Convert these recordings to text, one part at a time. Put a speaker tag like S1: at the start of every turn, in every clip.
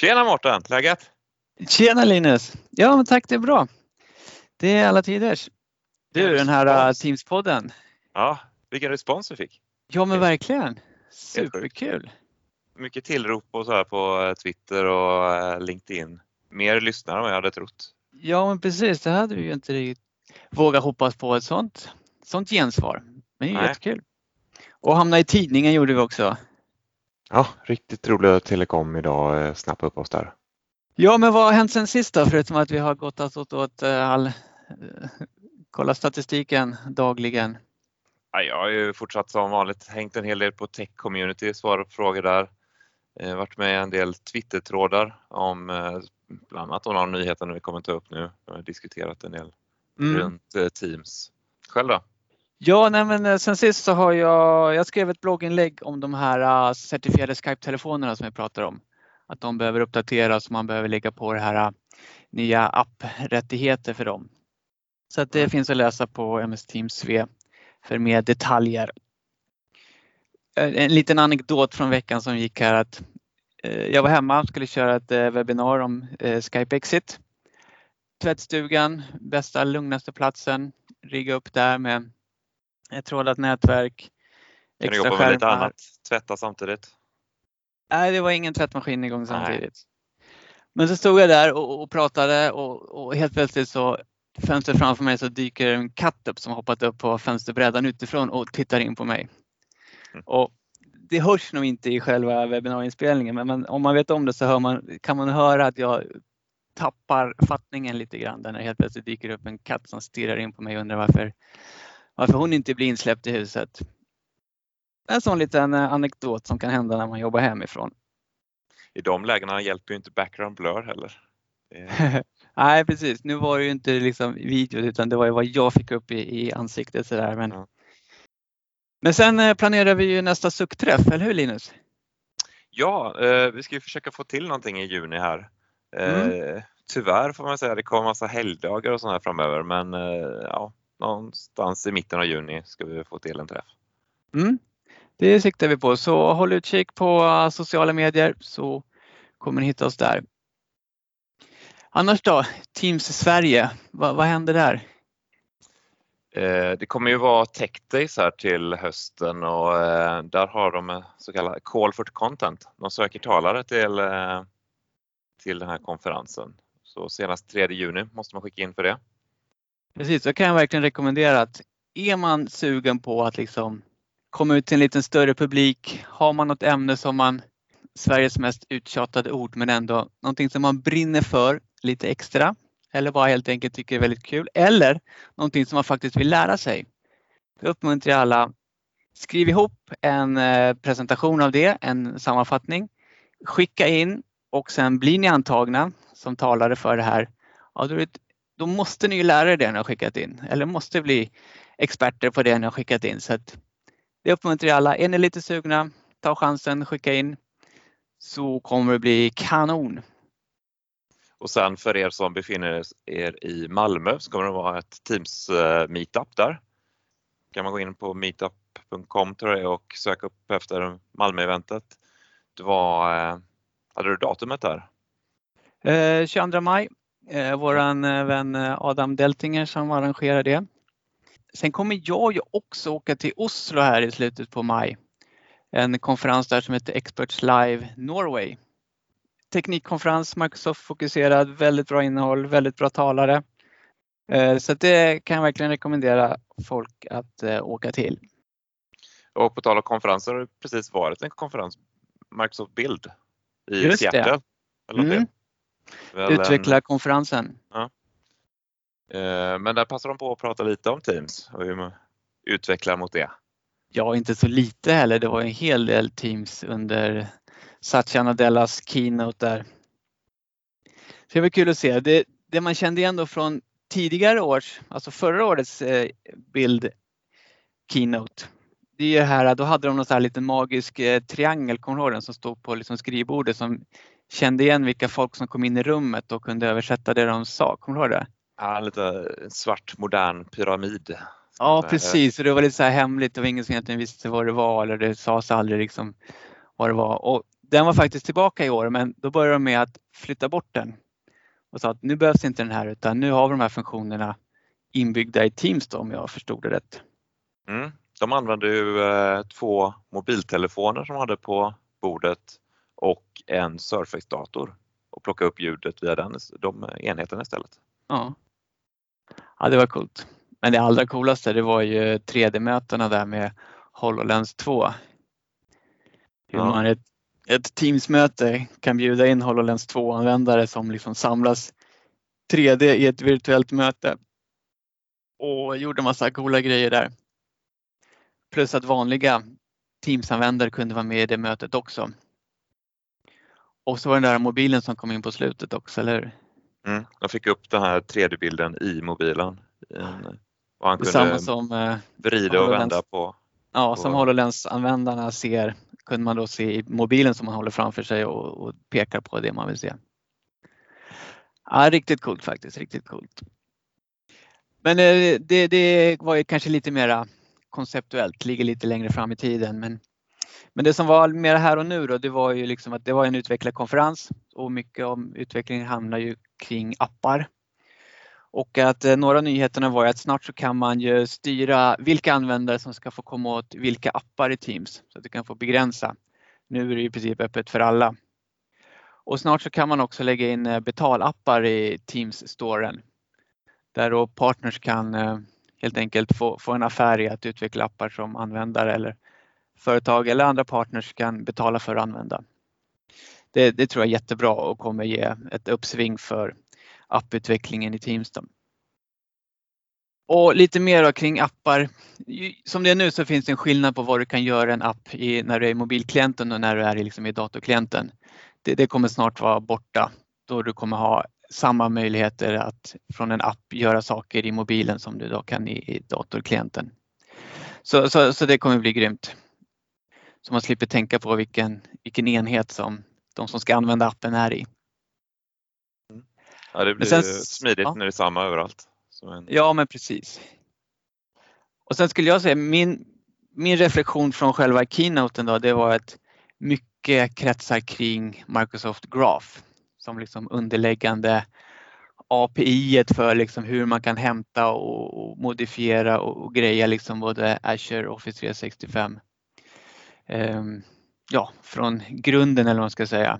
S1: Tjena Mårten, läget?
S2: Tjena Linus! Ja men tack, det är bra. Det är alla tiders. Du, den här Teams-podden.
S1: Ja, vilken respons vi fick.
S2: Ja men verkligen. Superkul.
S1: Mycket tillrop och så här på Twitter och LinkedIn. Mer lyssnare än vad jag hade trott.
S2: Ja men precis, det hade vi ju inte riktigt vågat hoppas på ett sånt gensvar. Men det är ju jättekul. Och hamna i tidningen gjorde vi också.
S3: Ja, riktigt roligt telekom idag, snappa upp oss där.
S2: Ja men vad har hänt sen sist då? Förutom att vi har gått åt kolla statistiken dagligen.
S1: Ja, jag har ju fortsatt som vanligt hängt en hel del på tech-community, svarat på frågor där. Varit med i en del Twitter-trådar om bland annat några nyheter vi kommer ta upp nu. Jag har diskuterat en del runt Teams. Själv då?
S2: Ja, nej men sen sist så har jag skrev ett blogginlägg om de här certifierade Skype-telefonerna som jag pratar om. Att de behöver uppdateras och man behöver lägga på det här nya app-rättigheter för dem. Så att det finns att läsa på MS Teams V för mer detaljer. En liten anekdot från veckan som gick här att jag var hemma och skulle köra ett webbinar om Skype Exit. Tvättstugan, bästa lugnaste platsen, rigga upp där med ett trådat nätverk.
S1: Kan du jobba med lite annat? Tvätta samtidigt?
S2: Nej, det var ingen tvättmaskin igång samtidigt. Nej. Men så stod jag där och pratade och helt plötsligt så fönstret framför mig så dyker en katt upp som hoppat upp på fönsterbrädan utifrån och tittar in på mig. Och det hörs nog inte i själva webbinarieinspelningen, men om man vet om det så kan man höra att jag tappar fattningen lite grann när helt plötsligt dyker upp en katt som stirrar in på mig och undrar varför hon inte blir insläppt i huset. En sån liten anekdot som kan hända när man jobbar hemifrån.
S1: I de lägena hjälper ju inte background blur heller.
S2: Nej precis, nu var det ju inte liksom video utan det var ju vad jag fick upp i ansiktet sådär. Men sen planerar vi ju nästa SUK-träff, eller hur Linus?
S1: Ja, vi ska ju försöka få till någonting i juni här. Tyvärr får man säga, det kommer massa helgdagar och sånt här framöver, men ja, någonstans i mitten av juni ska vi få till en träff.
S2: Det siktar vi på, så håll utkik på sociala medier så kommer ni hitta oss där. Annars då, Teams Sverige, vad händer där?
S1: Det kommer ju vara Tech Days här till hösten och där har de en så kallad Call for Content. De söker talare till den här konferensen. Så senast 3 juni måste man skicka in för det.
S2: Precis, så kan jag verkligen rekommendera att är man sugen på att liksom komma ut till en lite större publik, har man något ämne som man, Sveriges mest uttjatade ord men ändå någonting som man brinner för lite extra eller bara helt enkelt tycker är väldigt kul eller någonting som man faktiskt vill lära sig. Då uppmuntrar jag alla, skriv ihop en presentation av det, en sammanfattning, skicka in och sen blir ni antagna som talare för det här. Ja, då måste ni ju lära er det ni har skickat in eller måste bli experter på det ni har skickat in. Så att det uppmuntrar jag alla. Är ni lite sugna, ta chansen, skicka in så kommer det bli kanon.
S1: Och sen för er som befinner er i Malmö så kommer det vara ett Teams meetup där. Kan man gå in på meetup.com tror jag och söka upp efter Malmö-eventet. Hade du datumet där?
S2: 22 maj. Våran vän Adam Deltinger som arrangerar det. Sen kommer jag ju också åka till Oslo här i slutet på maj. En konferens där som heter Experts Live Norway. Teknikkonferens, Microsoft-fokuserad, väldigt bra innehåll, väldigt bra talare. Så det kan jag verkligen rekommendera folk att åka till.
S1: Och på tal om konferenser har det precis varit en konferens, Microsoft Build i
S2: just
S1: Seattle.
S2: Det. Utvecklarkonferensen.
S1: Ja. Men där passar de på att prata lite om Teams och hur man utvecklar mot det.
S2: Ja, inte så lite heller. Det var en hel del Teams under Satya Nadellas keynote där. Så det var kul att se. Det man kände igen då från tidigare års, alltså förra årets Build keynote. Det är här, då hade de någon så här liten magisk triangel, kommer du ihåg den, som stod på liksom skrivbordet som kände igen vilka folk som kom in i rummet och kunde översätta det de sa. Kommer du ihåg det?
S1: Ja, lite svart modern pyramid.
S2: Ja, precis. Och det var lite så här hemligt. Det var ingen som egentligen visste vad det var eller det sades aldrig liksom vad det var. Och Den var faktiskt tillbaka i år, men då började de med att flytta bort den och sa att nu behövs inte den här, utan nu har vi de här funktionerna inbyggda i Teams då, om jag förstod det rätt.
S1: De använde ju 2 mobiltelefoner som de hade på bordet och en Surface-dator och plocka upp ljudet via de enheterna istället.
S2: Ja, det var coolt. Men det allra coolaste, det var ju 3D-mötena där med HoloLens 2. Hur man ett Teams-möte kan bjuda in HoloLens 2-användare som liksom samlas 3D i ett virtuellt möte. Och gjorde massa coola grejer där. Plus att vanliga Teams-användare kunde vara med i det mötet också. Och så var den där mobilen som kom in på slutet också, eller hur?
S1: De fick upp den här 3D-bilden i mobilen. Och han
S2: Detsamma
S1: kunde vrida och vända på.
S2: Ja, som HoloLens-användarna ser kunde man då se i mobilen som man håller framför sig och pekar på det man vill se. Ja, riktigt coolt faktiskt, riktigt coolt. Men det var ju kanske lite mera konceptuellt, ligger lite längre fram i tiden. Men det som var mer här och nu då, det var ju liksom att det var en utvecklarkonferens och mycket om utvecklingen hamnar ju kring appar. Och att några av nyheterna var att snart så kan man ju styra vilka användare som ska få komma åt vilka appar i Teams så att du kan få begränsa. Nu är det i princip öppet för alla. Och snart så kan man också lägga in betalappar i Teams-storen. Där då partners kan helt enkelt få en affär i att utveckla appar som användare eller företag eller andra partners kan betala för att använda. Det tror jag är jättebra och kommer ge ett uppsving för apputvecklingen i Teams då. Och lite mer kring appar. Som det är nu så finns det en skillnad på vad du kan göra en app när du är i mobilklienten och när du är liksom i datorklienten. Det kommer snart vara borta då du kommer ha samma möjligheter att från en app göra saker i mobilen som du då kan i datorklienten. Så det kommer bli grymt. Så man slipper tänka på vilken enhet som de som ska använda appen är i.
S1: Ja, det blir smidigt när det är samma överallt.
S2: Ja, men precis. Och sen skulle jag säga min reflektion från själva keynoten då, det var att mycket kretsar kring Microsoft Graph som liksom underliggande API för liksom hur man kan hämta och modifiera och greja liksom både Azure Office 365. Från grunden eller vad man ska säga.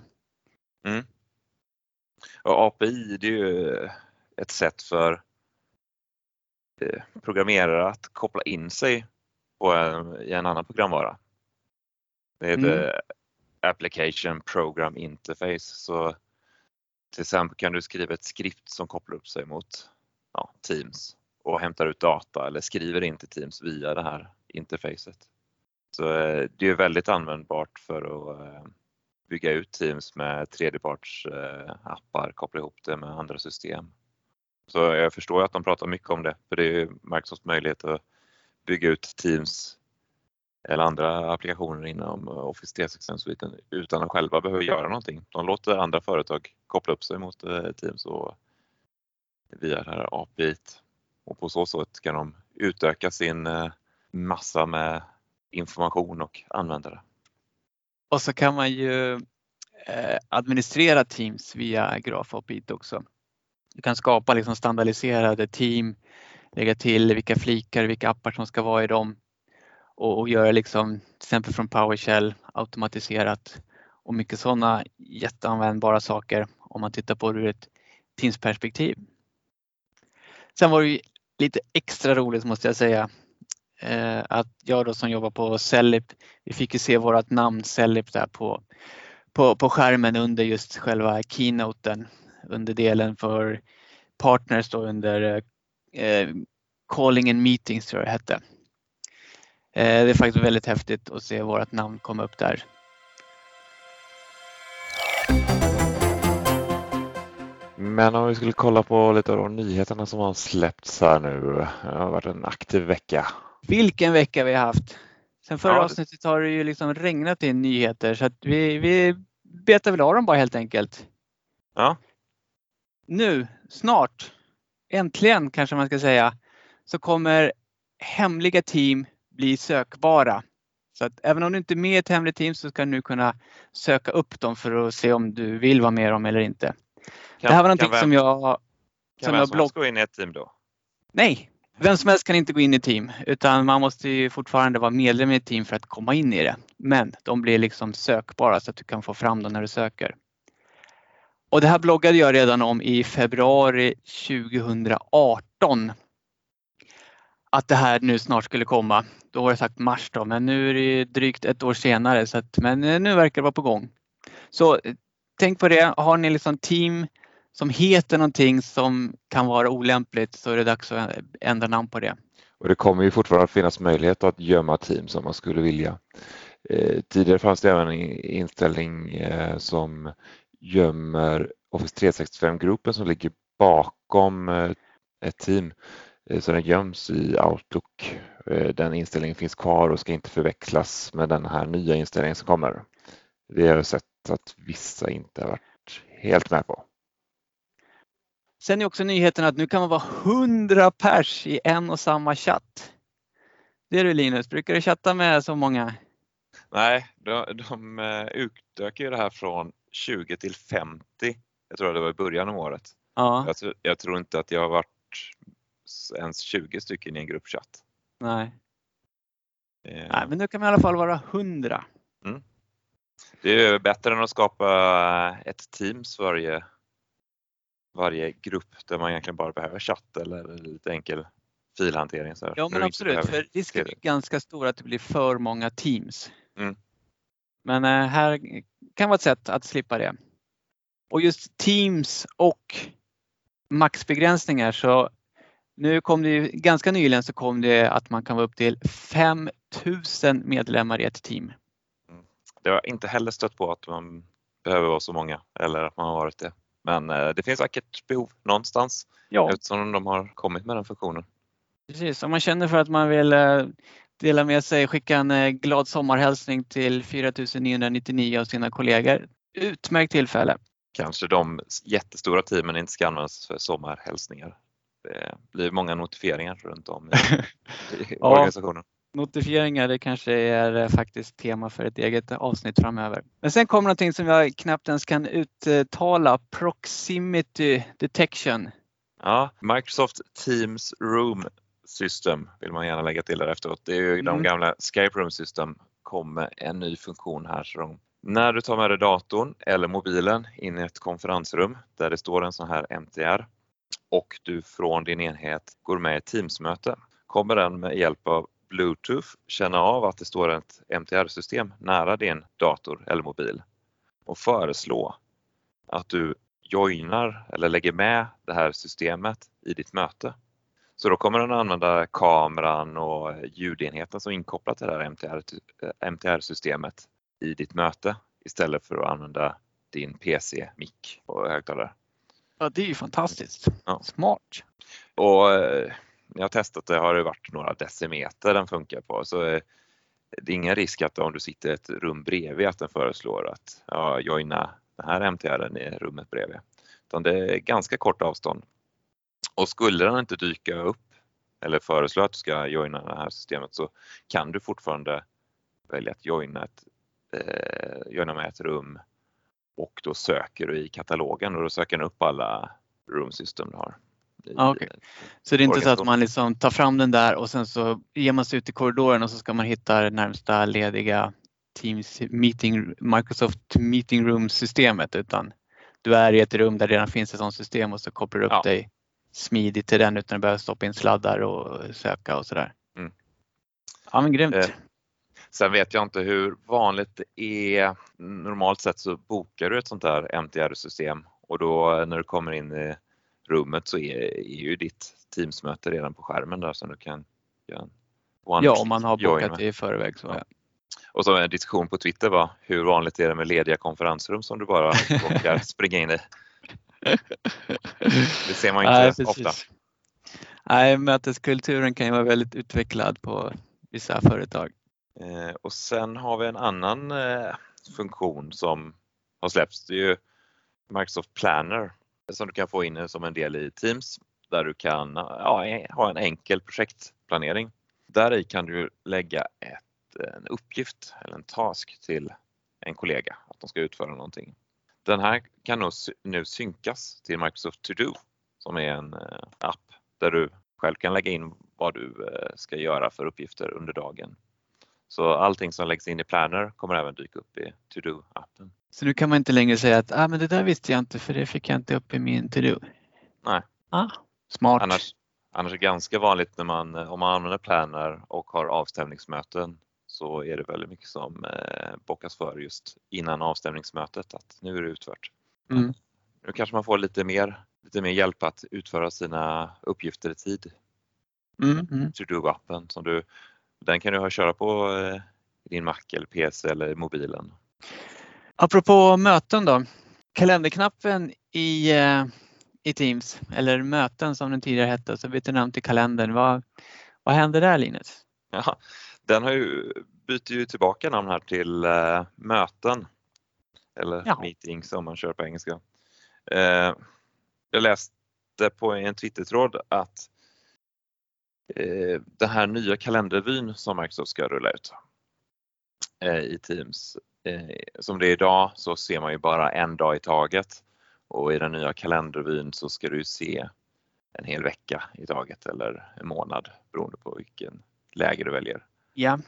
S1: Och API, det är ju ett sätt för programmerare att koppla in sig i en annan programvara. Det heter Application Program Interface. Så till exempel kan du skriva ett skript som kopplar upp sig mot Teams och hämtar ut data eller skriver in till Teams via det här interfacet. Så det är väldigt användbart för att bygga ut Teams med tredjeparts appar, koppla ihop det med andra system. Så jag förstår att de pratar mycket om det, för det är Microsofts möjlighet att bygga ut Teams eller andra applikationer inom Office 365-sviten utan att själva behöva göra någonting. De låter andra företag koppla upp sig mot Teams och via det här API. Och på så sätt kan de utöka sin massa med information och användare.
S2: Och så kan man ju administrera Teams via Graph API också. Du kan skapa liksom standardiserade team, lägga till vilka flikar, vilka appar som ska vara i dem och göra liksom till exempel från PowerShell automatiserat och mycket sådana jätteanvändbara saker om man tittar på det ur ett Teams-perspektiv. Sen var det ju lite extra roligt måste jag säga att jag då som jobbar på Cellip, vi fick ju se vårat namn Cellip där på skärmen under just själva keynoten under delen för partners då under calling and meetings tror jag det hette. Det är faktiskt väldigt häftigt att se vårat namn komma upp där.
S3: Men om vi skulle kolla på lite av de nyheterna som har släppts här nu. Det har varit en aktiv vecka.
S2: Vilken vecka vi har haft. Sen förra avsnittet har det ju liksom regnat in nyheter så att vi betar väl av dem bara helt enkelt.
S1: Ja.
S2: Nu, snart, äntligen kanske man ska säga, så kommer hemliga team bli sökbara Så att även om du inte är med i ett hemligt team så ska du nu kunna söka upp dem för att se om du vill vara med dem eller inte. Det här var någonting som jag
S1: helst gå in i ett team då?
S2: Nej, vem som helst kan inte gå in i team, utan man måste ju fortfarande vara medlem i ett team för att komma in i det. Men de blir liksom sökbara så att du kan få fram dem när du söker. Och det här bloggade jag redan om i februari 2018. Att det här nu snart skulle komma. Då har jag sagt mars då, men nu är det drygt ett år senare. Så att, men nu verkar det vara på gång. Så tänk på det. Har ni liksom team som heter någonting som kan vara olämpligt så är det dags att ändra namn på det.
S3: Och det kommer ju fortfarande finnas möjlighet att gömma team som man skulle vilja. Tidigare fanns det även en inställning som gömmer Office 365-gruppen som ligger bakom ett team. Så den göms i Outlook. Den inställningen finns kvar och ska inte förväxlas med den här nya inställningen som kommer. Det har jag sett att vissa inte har varit helt med på.
S2: Sen är också nyheten att nu kan man vara 100 pers i en och samma chatt. Det är du Linus, brukar du chatta med så många?
S1: Nej, de utökar ju det här från 20 till 50. Jag tror det var i början av året.
S2: Ja.
S1: Jag tror inte att jag har varit ens 20 stycken i en gruppchatt.
S2: Nej. Nej, men nu kan man i alla fall vara 100.
S1: Mm. Det är ju bättre än att skapa ett teams varje grupp där man egentligen bara behöver chatt eller lite enkel filhantering. Så här.
S2: Ja, men absolut. För risken är ganska stor att det blir för många teams.
S1: Mm.
S2: Men här kan vara ett sätt att slippa det. Och just teams och maxbegränsningar, så nu kom det ju ganska nyligen så kom det att man kan vara upp till 5000 medlemmar i ett team.
S1: Det har inte heller stött på att man behöver vara så många eller att man har varit det. Men det finns säkert behov någonstans eftersom de har kommit med den funktionen.
S2: Precis, om man känner för att man vill dela med sig, skicka en glad sommarhälsning till 4999 av sina kollegor. Utmärkt tillfälle.
S1: Kanske de jättestora teamen inte ska användas för sommarhälsningar. Det blir många notifieringar runt om i organisationen.
S2: Notifieringar, det kanske är faktiskt tema för ett eget avsnitt framöver. Men sen kommer någonting som jag knappt ens kan uttala. Proximity Detection.
S1: Ja, Microsoft Teams Room System vill man gärna lägga till där efteråt. Det är ju de gamla Skype Room System. Kommer en ny funktion här. Så när du tar med dig datorn eller mobilen in i ett konferensrum där det står en sån här MTR och du från din enhet går med i ett Teams-möte, kommer den med hjälp av Bluetooth känna av att det står ett MTR-system nära din dator eller mobil och föreslå att du joinar eller lägger med det här systemet i ditt möte. Så då kommer den använda kameran och ljudenheten som är inkopplat till det här MTR-systemet i ditt möte istället för att använda din PC, mick och högtalare.
S2: Ja, det är ju fantastiskt. Ja. Smart.
S1: Och jag har testat det, har det varit några decimeter den funkar på. Så det är ingen risk att om du sitter i ett rum bredvid att den föreslår att joina den här MTR:en i rummet bredvid. Utan det är ganska kort avstånd. Och skulle den inte dyka upp eller föreslå att du ska joina det här systemet så kan du fortfarande välja att joina med ett rum och då söker du i katalogen och då söker den upp alla room system du har.
S2: Okay. Så det är inte så att man liksom tar fram den där och sen så ger man sig ut i korridoren och så ska man hitta det närmsta lediga Microsoft Meeting Room-systemet, utan du är i ett rum där det redan finns ett sådant system och så kopplar du upp dig smidigt till den utan att behöva stoppa in sladdar och söka och sådär. Mm. Ja, men grymt.
S1: Sen vet jag inte hur vanligt det är. Normalt sett så bokar du ett sånt där MTR-system och då när du kommer in i rummet så är ju ditt Teams-möte redan på skärmen där som du kan göra en
S2: ja, om man har bokat det i förväg. Så
S1: Och så en diskussion på Twitter var hur vanligt är det med lediga konferensrum som du bara råkar springa in i. Det ser man inte ofta.
S2: Nej, möteskulturen kan ju vara väldigt utvecklad på vissa företag.
S1: Och sen har vi en annan funktion som har släppts. Det är ju Microsoft Planner som du kan få in som en del i Teams där du kan ha en enkel projektplanering. Där i kan du lägga ett en uppgift eller en task till en kollega att de ska utföra någonting. Den här kan nu synkas till Microsoft To Do som är en app där du själv kan lägga in vad du ska göra för uppgifter under dagen. Så allting som läggs in i Planner kommer även dyka upp i To Do-appen.
S2: Så nu kan man inte längre säga att men det där visste jag inte för det fick jag inte upp i min To Do.
S1: Nej.
S2: Smart.
S1: Annars är det ganska vanligt om man använder Planner och har avstämningsmöten så är det väldigt mycket som bockas för just innan avstämningsmötet att nu är det utfört.
S2: Mm.
S1: Nu kanske man får lite mer hjälp att utföra sina uppgifter i tid. To Do-appen som den kan du köra på din Mac eller PC eller mobilen.
S2: Apropå möten då. Kalenderknappen i Teams eller möten som den tidigare hette så byter namn till kalendern. Vad händer där, Linus?
S1: Ja, den byter ju tillbaka namn här till möten eller meetings om man kör på engelska. Jag läste på en Twitter-tråd att den här nya kalendervyn som Microsoft ska rulla ut i Teams. Som det är idag så ser man ju bara en dag i taget och i den nya kalendervyn så ska du se en hel vecka i taget eller en månad beroende på vilken läge du väljer.
S2: Ja.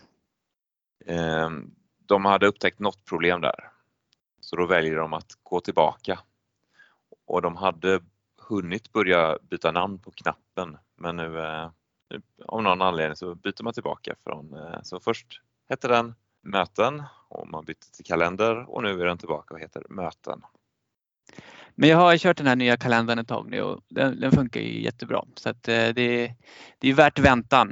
S1: De hade upptäckt något problem där så då väljer de att gå tillbaka och de hade hunnit börja byta namn på knappen men nu av någon anledning så byter man tillbaka så först hette den möten och man bytte till kalender och nu är den tillbaka och heter möten.
S2: Men jag har kört den här nya kalendern ett tag nu och den funkar ju jättebra så att det är värt väntan.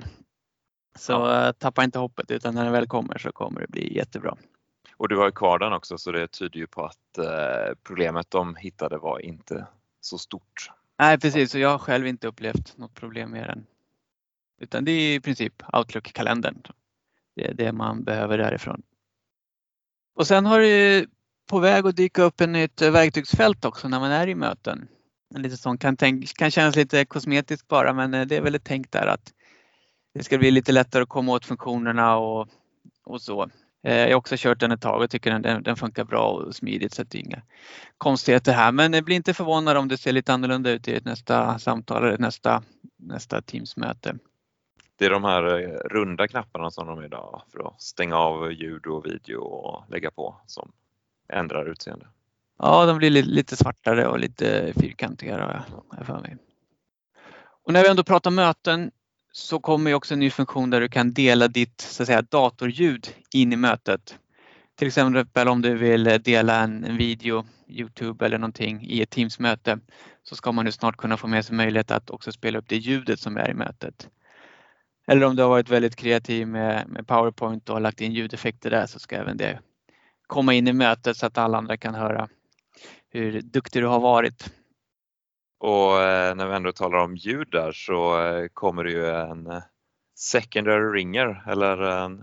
S2: Så tappa inte hoppet utan när den väl kommer så kommer det bli jättebra.
S1: Och du har kvar den också så det tyder ju på att problemet de hittade var inte så stort.
S2: Nej precis, så jag har själv inte upplevt något problem med den. Utan det är i princip Outlook-kalendern. Det är det man behöver därifrån. Och sen har det på väg att dyka upp ett nytt verktygsfält också när man är i möten. En lite sån kan kännas lite kosmetiskt bara men det är väl ett tänk där att det ska bli lite lättare att komma åt funktionerna och så. Jag har också kört den ett tag och tycker den funkar bra och smidigt så att det är inga konstigheter här. Men bli inte förvånad om det ser lite annorlunda ut i ett nästa samtal eller nästa Teams-möte.
S1: Det är de här runda knapparna som de är idag för att stänga av ljud och video och lägga på som ändrar utseende.
S2: Ja, de blir lite svartare och lite fyrkantigare har jag för mig. Och när vi ändå pratar möten så kommer ju också en ny funktion där du kan dela ditt så att säga, datorljud in i mötet. Till exempel om du vill dela en video, YouTube eller någonting i ett Teams-möte så ska man nu snart kunna få med sig möjlighet att också spela upp det ljudet som är i mötet. Eller om du har varit väldigt kreativ med PowerPoint och har lagt in ljudeffekter där så ska även det komma in i mötet så att alla andra kan höra hur duktig du har varit.
S1: Och när vi ändå talar om ljud där så kommer det ju en secondary ringer eller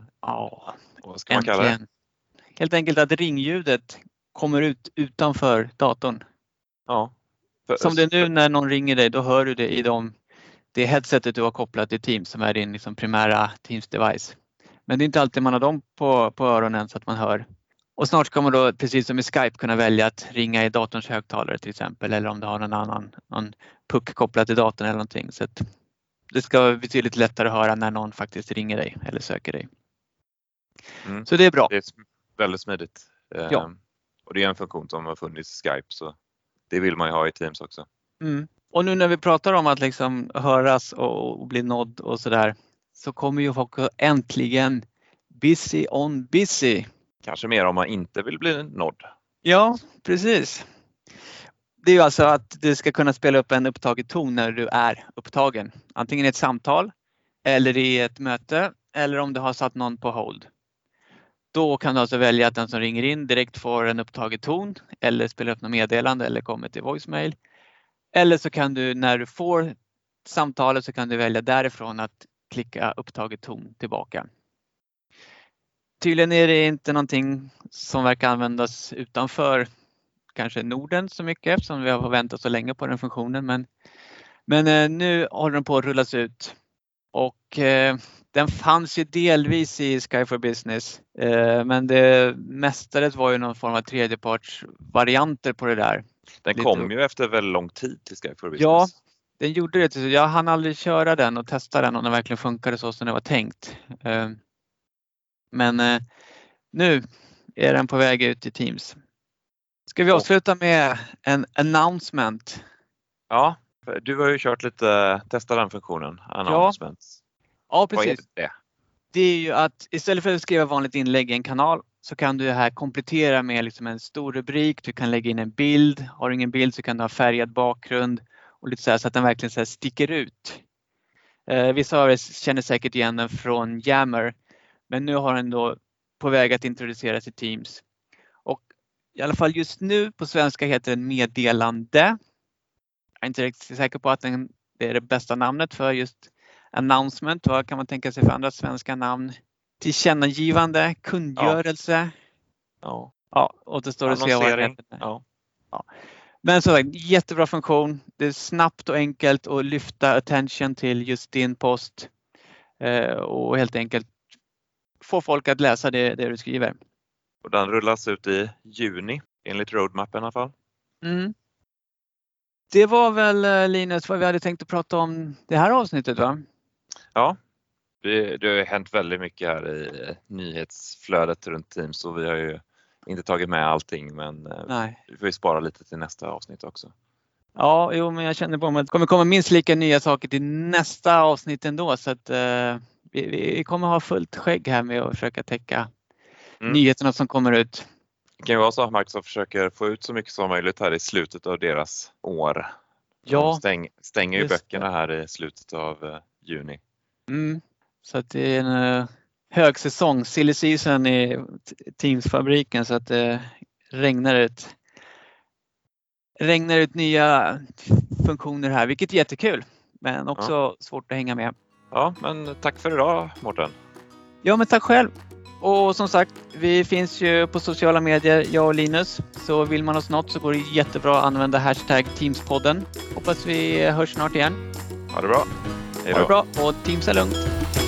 S1: vad ska man kalla det?
S2: Helt enkelt att ringljudet kommer ut utanför datorn.
S1: Ja.
S2: Som det är nu när någon ringer dig, då hör du det i det headsetet du har kopplat till Teams som är din liksom primära Teams-device. Men det är inte alltid man har dem på öronen så att man hör. Och snart ska man då, precis som i Skype, kunna välja att ringa i datorns högtalare till exempel. Eller om du har någon puck kopplat till datorn eller någonting. Så att det ska vara betydligt lättare att höra när någon faktiskt ringer dig eller söker dig.
S1: Mm.
S2: Så det är bra.
S1: Det är väldigt smidigt.
S2: Ja.
S1: Och det är en funktion som har funnits i Skype så det vill man ju ha i Teams också.
S2: Mm. Och nu när vi pratar om att liksom höras och bli nådd och sådär så kommer ju också äntligen Busy on Busy.
S1: Kanske mer om man inte vill bli nådd.
S2: Ja, precis. Det är ju alltså att du ska kunna spela upp en upptagen ton när du är upptagen. Antingen i ett samtal eller i ett möte eller om du har satt någon på hold. Då kan du alltså välja att den som ringer in direkt får en upptagen ton eller spela upp något meddelande eller kommer till voicemail. Eller så kan du när du får samtalet så kan du välja därifrån att klicka upptagen ton tillbaka. Tydligen är det inte någonting som verkar användas utanför kanske Norden så mycket eftersom vi har väntat så länge på den funktionen. Men nu håller den på att rullas ut Och den fanns ju delvis i Sky for Business, men det mestadels var ju någon form av tredjepartsvarianter på det där.
S1: Den kom ju efter väldigt lång tid till Sky for Business.
S2: Ja, den gjorde det. Jag hann aldrig köra den och testa den om den verkligen funkade så som det var tänkt. Men nu är den på väg ut i Teams. Ska vi avsluta med en announcement?
S1: Ja, du har ju kört lite, testa den funktionen, announcements.
S2: Ja, precis.
S1: Vad är det?
S2: Det är ju att istället för att skriva vanligt inlägg i en kanal så kan du här komplettera med liksom en stor rubrik. Du kan lägga in en bild. Har du ingen bild så kan du ha färgad bakgrund och lite så att den verkligen så här sticker ut. Vissa av er känner säkert igen den från Yammer, men nu har den då på väg att introduceras i Teams. Och i alla fall just nu på svenska heter den meddelande. Jag är inte riktigt säker på att det är det bästa namnet för just announcement. Vad kan man tänka sig för andra svenska namn? Tillkännagivande, kungörelse.
S1: Ja,
S2: återstår att se vad det heter.
S1: Ja.
S2: Men så jättebra funktion. Det är snabbt och enkelt att lyfta attention till just din post och helt enkelt få folk att läsa det du skriver.
S1: Och den rullas ut i juni enligt roadmap i alla fall.
S2: Mm. Det var väl, Linus, vad vi hade tänkt att prata om det här avsnittet, va?
S1: Ja, det har hänt väldigt mycket här i nyhetsflödet runt Teams och vi har ju inte tagit med allting, men vi får ju spara lite till nästa avsnitt också.
S2: Ja, men jag känner på mig att det kommer komma minst lika nya saker till nästa avsnitt ändå, så att vi kommer ha fullt skägg här med att försöka täcka nyheterna som kommer ut.
S1: Det kan ju vara så att Microsoft försöker få ut så mycket som möjligt här i slutet av deras år.
S2: Ja,
S1: de stänger ju böckerna här i slutet av juni.
S2: Så att det är en högsäsong, silly season i Teams-fabriken, så att det regnar ut nya funktioner här, vilket är jättekul, men också svårt att hänga med.
S1: Ja, men tack för idag, Mårten.
S2: Ja, men tack själv. Och som sagt, vi finns ju på sociala medier, jag och Linus. Så vill man oss något så går det jättebra att använda hashtag Teamspodden. Hoppas vi hörs snart igen.
S1: Ha det bra. Hej då.
S2: Ha det bra och Teams är lugnt.